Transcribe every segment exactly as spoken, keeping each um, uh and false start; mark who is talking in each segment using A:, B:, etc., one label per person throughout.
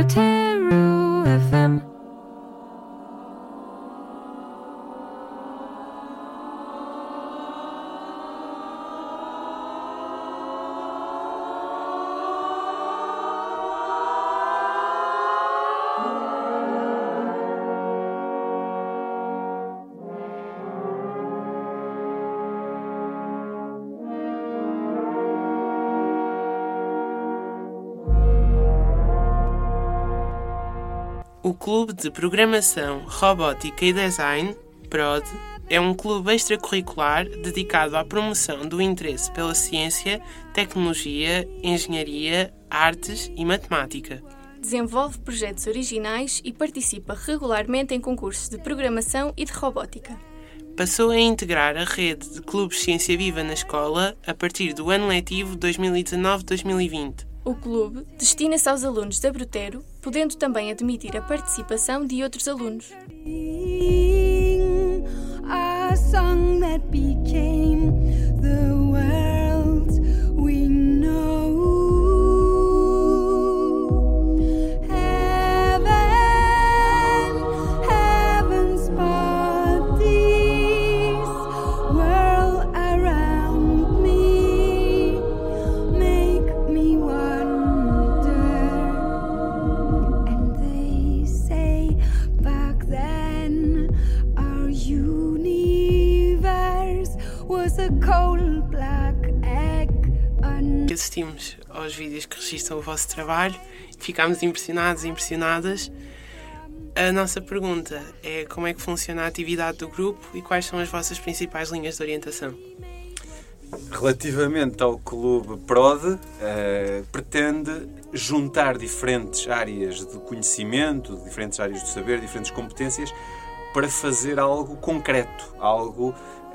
A: Brotero F M.
B: O Clube de Programação, Robótica e Design, P R O D, é um clube extracurricular dedicado à promoção do interesse pela ciência, tecnologia, engenharia, artes e matemática.
C: Desenvolve projetos originais e participa regularmente em concursos de programação e de robótica.
B: Passou a integrar a rede de clubes Ciência Viva na escola a partir do ano letivo dois mil e dezanove dois mil e vinte.
C: O clube destina-se aos alunos da Brotero, podendo também admitir a participação de outros alunos.
D: A song that became the world we know. Heaven, heaven's bodies whirl around me, make me wonder. And they say back then our universe was a cold black egg. Un-
B: Assistimos aos vídeos que registram o vosso trabalho e ficámos impressionados e impressionadas. A nossa pergunta é como é que funciona a atividade do grupo e quais são as vossas principais linhas de orientação?
E: Relativamente ao Clube P R O D, uh, pretende juntar diferentes áreas de conhecimento, diferentes áreas do saber, diferentes competências para fazer algo concreto, algo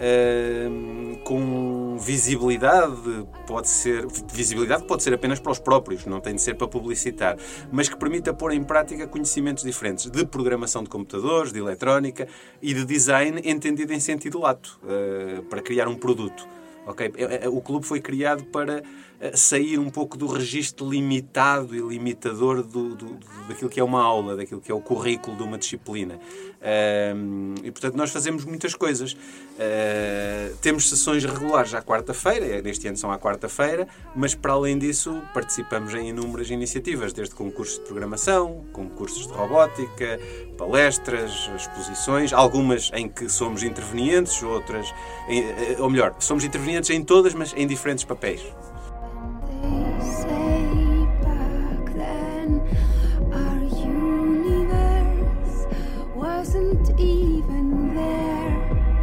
E: uh, com visibilidade. Pode ser, visibilidade pode ser apenas para os próprios, não tem de ser para publicitar, mas que permita pôr em prática conhecimentos diferentes de programação de computadores, de eletrónica e de design entendido em sentido lato, uh, para criar um produto. Okay? O clube foi criado para sair um pouco do registro limitado e limitador do, do, daquilo que é uma aula, daquilo que é o currículo de uma disciplina. Um, e, portanto, nós fazemos muitas coisas. Uh, temos sessões regulares à quarta-feira, neste ano são à quarta-feira, mas, para além disso, participamos em inúmeras iniciativas, desde concursos de programação, concursos de robótica, palestras, exposições, algumas em que somos intervenientes, outras, em, ou melhor, somos intervenientes em todas, mas em diferentes papéis.
D: They say back then our universe wasn't even there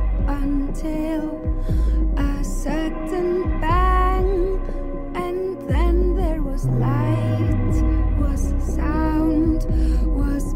D: until a certain bang, and then there was light, was sound, was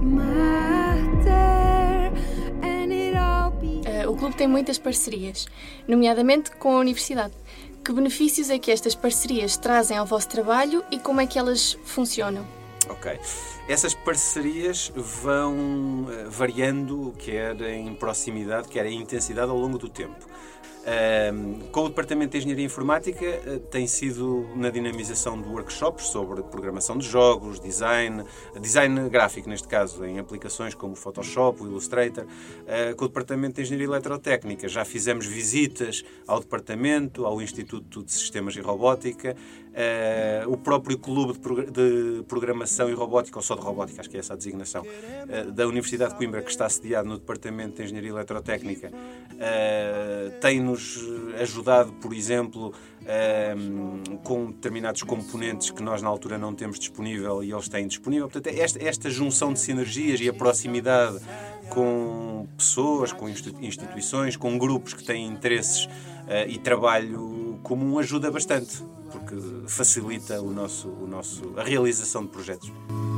D: matter, and it all be...
C: Uh, o clube tem muitas parcerias, nomeadamente com a universidade. Que benefícios é que estas parcerias trazem ao vosso trabalho e como é que elas funcionam?
E: Ok. Essas parcerias vão variando, quer em proximidade, quer em intensidade ao longo do tempo. Um, com o Departamento de Engenharia Informática uh, tem sido na dinamização de workshops sobre programação de jogos, design, design gráfico neste caso, em aplicações como o Photoshop, o Illustrator. Uh, com o Departamento de Engenharia Eletrotécnica já fizemos visitas ao Departamento, ao Instituto de Sistemas e Robótica, uh, o próprio Clube de, Pro- de Programação e Robótica, ou só de Robótica, acho que é essa a designação, uh, da Universidade de Coimbra, que está sediado no Departamento de Engenharia Eletrotécnica, uh, tem-nos ajudado, por exemplo, um, com determinados componentes que nós na altura não temos disponível e eles têm disponível. Portanto, esta, esta junção de sinergias e a proximidade com pessoas, com instituições, com grupos que têm interesses uh, e trabalho comum ajuda bastante, porque facilita o nosso, o nosso, a realização de projetos.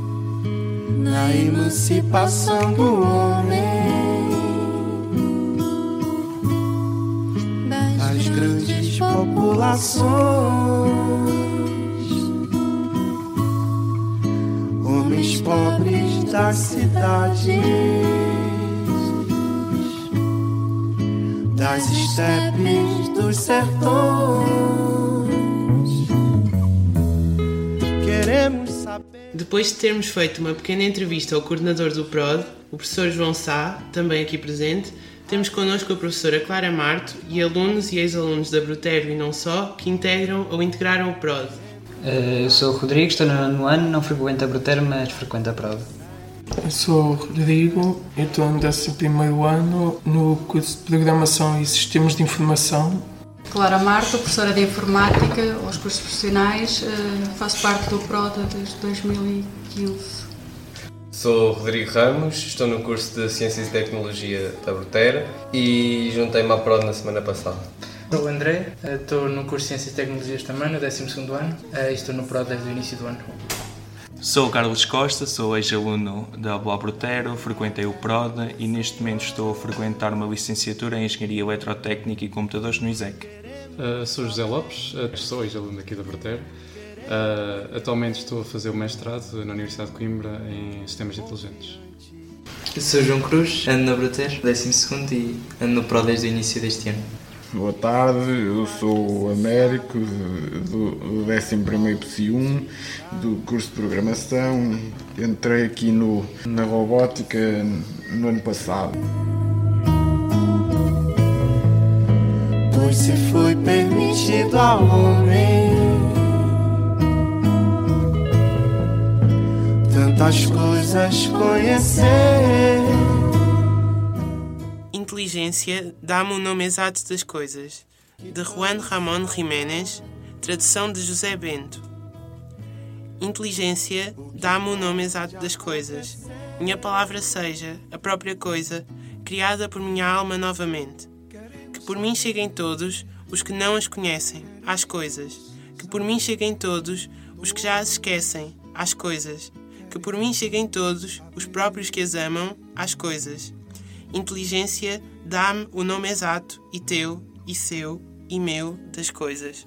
F: Na emancipação do homem, as grandes populações, homens pobres das cidades, das estepes dos sertões, queremos saber.
B: Depois de termos feito uma pequena entrevista ao coordenador do P R O D, o professor João Sá, também aqui presente, temos connosco a professora Clara Marto e alunos e ex-alunos da Brutero e não só, que integram ou integraram o P R O D.
A: Eu sou o Rodrigo, estou no nono ano, não frequento a Brutero, mas frequento a P R O D.
G: Eu sou o Rodrigo, eu estou no décimo primeiro ano no curso de Programação e Sistemas de Informação.
H: Clara Marto, professora de Informática aos cursos profissionais, faço parte do P R O D desde dois mil e quinze.
I: Sou o Rodrigo Ramos, estou no curso de Ciências e Tecnologia da Brutero e juntei-me à P R O D na semana passada.
J: Sou o André, estou no curso de Ciências e Tecnologias também, no décimo segundo ano, e estou no P R O D desde o início do ano.
K: Sou o Carlos Costa, sou ex-aluno da Boa Brutero, frequentei o P R O D e neste momento estou a frequentar uma licenciatura em Engenharia Eletrotécnica e Computadores no I S E C.
L: Uh, sou José Lopes, uh, sou ex-aluno aqui da Brutero. Uh, atualmente estou a fazer o mestrado na Universidade de Coimbra em Sistemas Inteligentes.
M: Eu sou João Cruz, ando na Brutero, décimo segundo e ando no P R O D desde o início deste ano.
N: Boa tarde, eu sou o Américo, do, do décimo primeiro P S I um, do curso de Programação. Entrei aqui no, na robótica no ano passado.
F: Pois se foi permitido ao homem tantas coisas conhecer.
B: Inteligência dá-me o nome exato das coisas, de Juan Ramón Jiménez, tradução de José Bento. Inteligência dá-me o nome exato das coisas, minha palavra seja a própria coisa, criada por minha alma novamente. Que por mim cheguem todos os que não as conhecem, às coisas. Que por mim cheguem todos os que já as esquecem, às coisas. Que por mim cheguem todos os próprios que as amam, às coisas. Inteligência dá-me o nome exato e teu, e seu, e meu das coisas.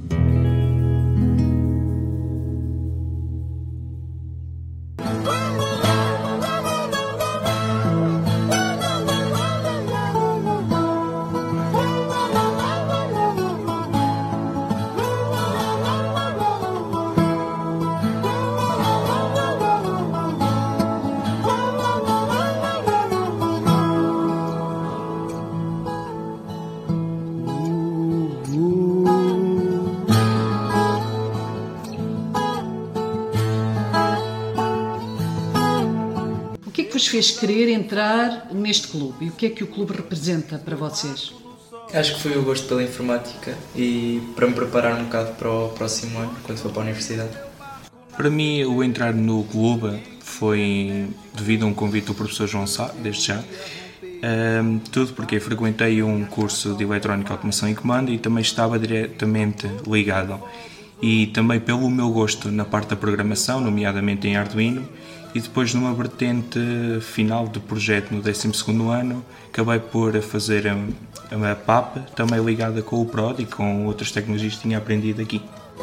O: O que é que vos fez querer entrar neste clube e o que é que o clube representa para vocês?
M: Acho que foi o gosto pela informática e para me preparar um bocado para o próximo ano, quando for para a universidade.
K: Para mim, o entrar no clube foi devido a um convite do professor João Sá, desde já. Um, tudo porque frequentei um curso de Eletrónica, Automação e Comando e também estava diretamente ligado. E também pelo meu gosto na parte da programação, nomeadamente em Arduino, e depois numa vertente final de projeto no décimo segundo ano, acabei por fazer a, a P A P, também ligada com o P R O D e com outras tecnologias que tinha aprendido aqui.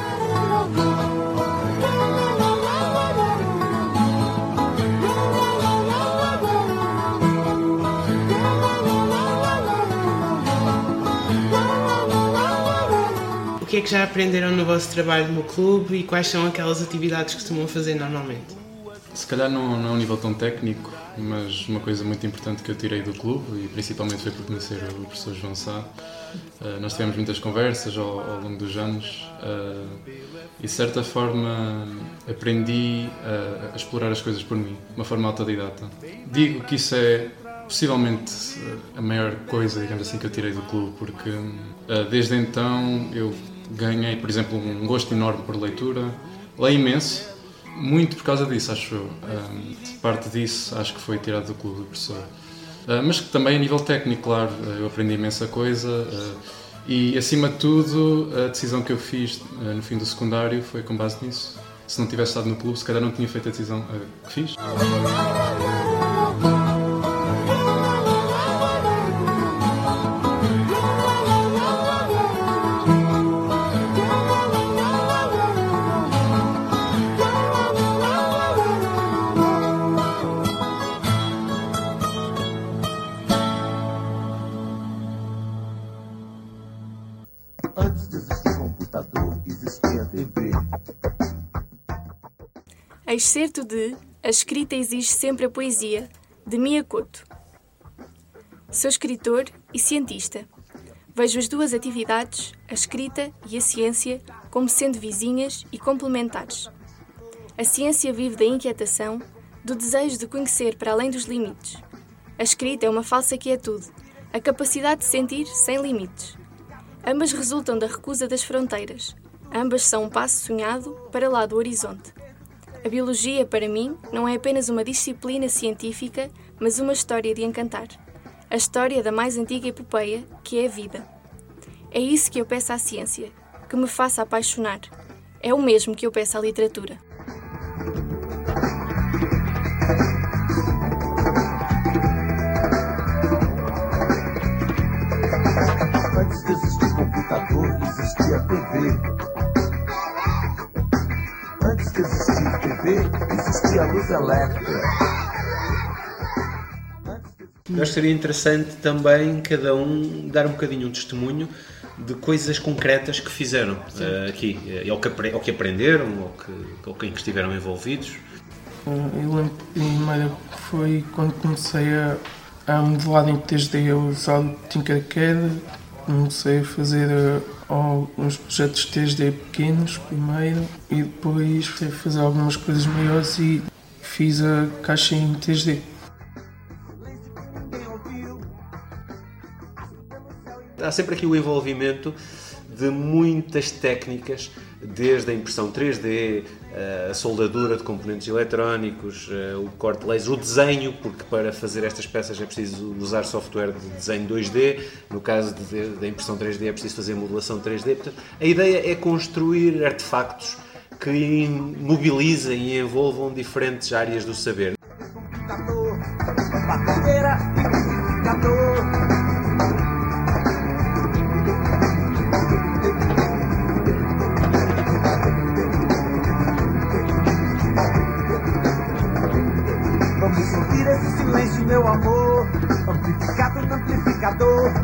B: O que é que já aprenderam no vosso trabalho no clube e quais são aquelas atividades que costumam fazer normalmente?
L: Se calhar não, não é um nível tão técnico, mas uma coisa muito importante que eu tirei do clube, e principalmente foi por conhecer o professor João Sá. Uh, nós tivemos muitas conversas ao, ao longo dos anos uh, e, de certa forma, aprendi a, a explorar as coisas por mim, de uma forma autodidata. Digo que isso é possivelmente a maior coisa, digamos assim, que eu tirei do clube, porque uh, desde então eu ganhei, por exemplo, um gosto enorme por leitura, leio imenso, muito por causa disso, acho eu. Um, parte disso acho que foi tirado do clube do professor. Uh, mas também a nível técnico, claro, eu aprendi imensa coisa uh, e, acima de tudo, a decisão que eu fiz uh, no fim do secundário foi com base nisso. Se não tivesse estado no clube, se calhar não tinha feito a decisão uh, que fiz.
C: A Excerto de A Escrita Exige Sempre a Poesia, de Mia Couto. Sou escritor e cientista. Vejo as duas atividades, a escrita e a ciência, como sendo vizinhas e complementares. A ciência vive da inquietação, do desejo de conhecer para além dos limites. A escrita é uma falsa quietude, a capacidade de sentir sem limites. Ambas resultam da recusa das fronteiras. Ambas são um passo sonhado para lá do horizonte. A biologia, para mim, não é apenas uma disciplina científica, mas uma história de encantar. A história da mais antiga epopeia, que é a vida. É isso que eu peço à ciência, que me faça apaixonar. É o mesmo que eu peço à literatura.
F: Antes de existir computador, existia T V. Antes de existir T V, existia luz elétrica.
P: Eu acho que seria interessante também cada um dar um bocadinho um testemunho de coisas concretas que fizeram uh, aqui, uh, ou, que, ou que aprenderam, ou, que, ou em que estiveram envolvidos.
G: Eu lembro primeiro foi quando comecei a, a modelar em três D, eu usava o Tinkercad, comecei a fazer uh, uns projetos três D pequenos primeiro e depois fui fazer algumas coisas maiores e fiz a caixa em três D.
P: Há sempre aqui o envolvimento de muitas técnicas, desde a impressão três D, a soldadura de componentes eletrónicos, o corte laser, o desenho, porque para fazer estas peças é preciso usar software de desenho dois D, no caso da impressão três D é preciso fazer modelação três D. Portanto, a ideia é construir artefactos que mobilizem e envolvam diferentes áreas do saber.
F: Vamos ouvir esse silêncio, meu amor, amplificado no amplificador.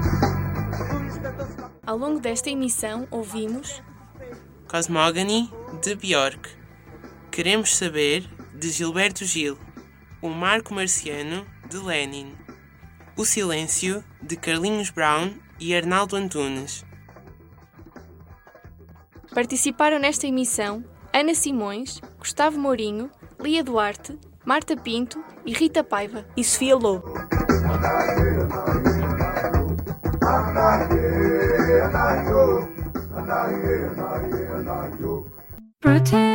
C: Ao longo desta emissão, ouvimos
B: Cosmogony, de Björk. Queremos Saber, de Gilberto Gil. O Marco Marciano, de Lenin. O Silêncio, de Carlinhos Brown e Arnaldo Antunes.
C: Participaram nesta emissão Ana Simões, Gustavo Mourinho, Lia Duarte, Marta Pinto e Rita Paiva e Sofia Lobo.
D: Pretend